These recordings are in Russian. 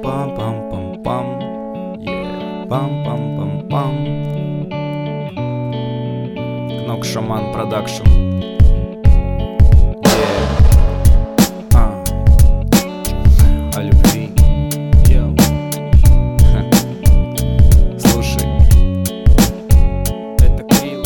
Пам-пам-пам-пам, yeah, пам-пам-пам-пам. Кнок Шаман Продакшн. О любви. Йоу. Слушай, это Крил.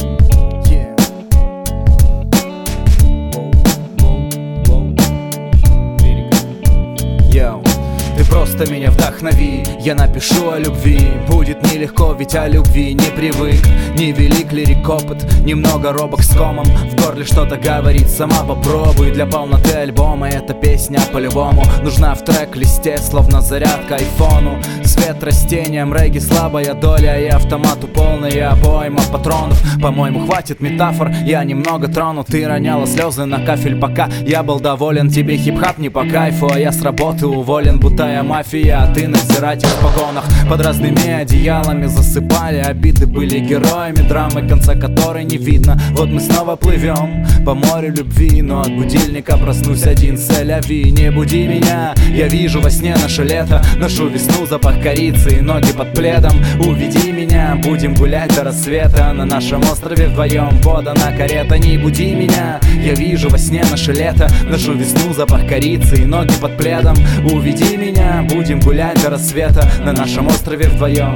Йоу. Ты просто меня вдохнови, я напишу о любви. Будет нелегко, ведь о любви не привык. Невелик лирик опыт, немного робок с комом. В горле что-то говорит, сама попробуй. Для полноты альбома эта песня по-любому нужна в трек-листе, словно зарядка айфону. Свет растениям, регги слабая доля, и автомату полная обойма патронов. По-моему, хватит метафор, я немного тронут. Ты роняла слезы на кафель, пока я был доволен. Тебе хип-хап не по кайфу, а я с работы уволен. Будто я мафия, а ты надзиратель в погонах. Под разными одеялами засыпали, обиды были героями драмы, конца которой не видно. Вот мы снова плывем по морю любви, но от будильника проснусь один, сэляви. Не буди меня, я вижу во сне наше лето. Ношу весну, запах корицы и ноги под пледом. Уведи меня, будем гулять до рассвета. На нашем острове вдвоем подана карета. Не буди меня, я вижу во сне наше лето. Ношу весну, запах корицы и ноги под пледом. Уведи меня, будем гулять до рассвета. На нашем острове вдвоем.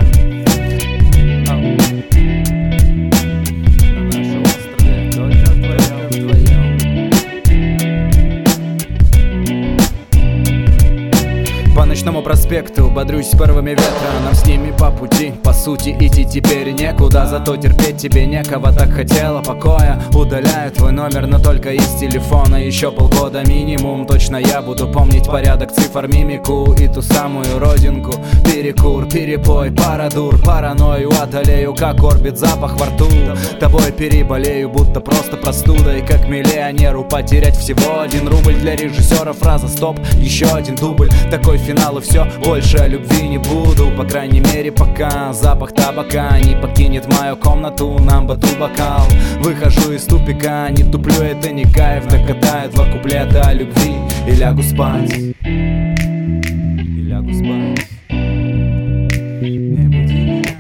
По ночному проспекту бодрюсь порывами ветра. Нам с ними по пути, по сути идти теперь некуда. Зато терпеть тебе некого, так хотела покоя. Удаляю твой номер, но только из телефона. Еще полгода минимум, точно я буду помнить порядок цифр, мимику и ту самую родинку. Перекур, перепой, парадур, паранойю одолею, как орбит запах во рту. Тобой переболею, будто просто простудой. Как миллионеру потерять всего 1 рубль. Для режиссера фраза стоп, еще один дубль. Такой финал и все, больше о любви не буду. По крайней мере пока запах табака не покинет мою комнату. Нам бы бокал. Выхожу из тупика, не туплю, это не кайф. Докатаю 2 куплета о любви и лягу спать. И лягу спать. Не буди меня.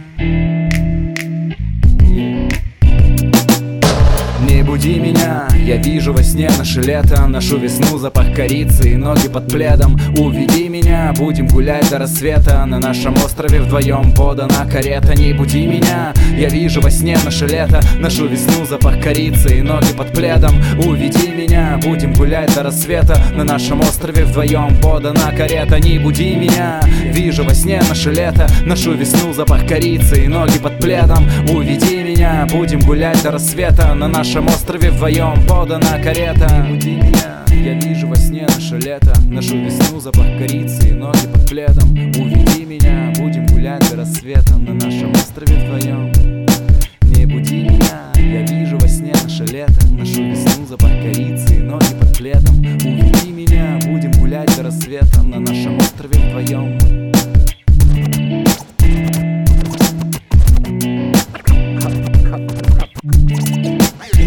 Не буди меня, я вижу во сне наше лето. Ношу весну, запах корицы и ноги под пледом. Уведи меня, будем гулять до рассвета. На нашем острове вдвоем подана карета. Не буди меня, я вижу во сне наше лето. Ношу весну, запах корицы и ноги под пледом. Уведи меня, будем гулять до рассвета. На нашем острове вдвоем подана карета. Не буди меня, вижу во сне наше лето. Ношу весну, запах корицы и ноги под пледом. Уведи меня, будем гулять до рассвета. На нашем острове вдвоем подана карета. Не буди меня, я вижу во сне наше лето. Ношу весну, запах корицы и ноги под пледом. Уведи меня, будем гулять до рассвета. На нашем острове вдвоем. Не буди меня, я вижу во сне наше лето. Ношу весну, запах корицы и ноги под пледом. Уведи меня, будем гулять до рассвета. На нашем острове вдвоем.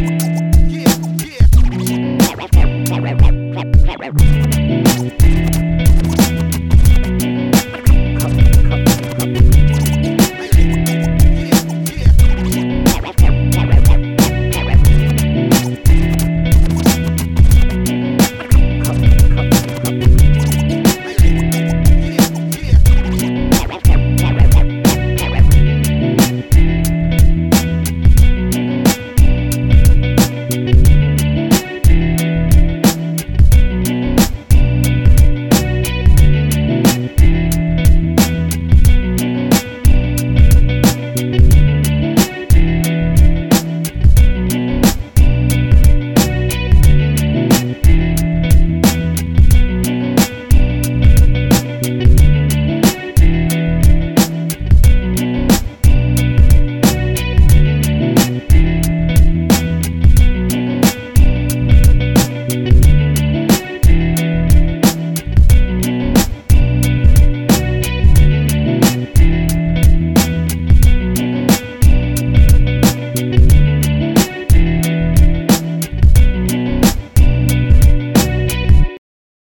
Yeah.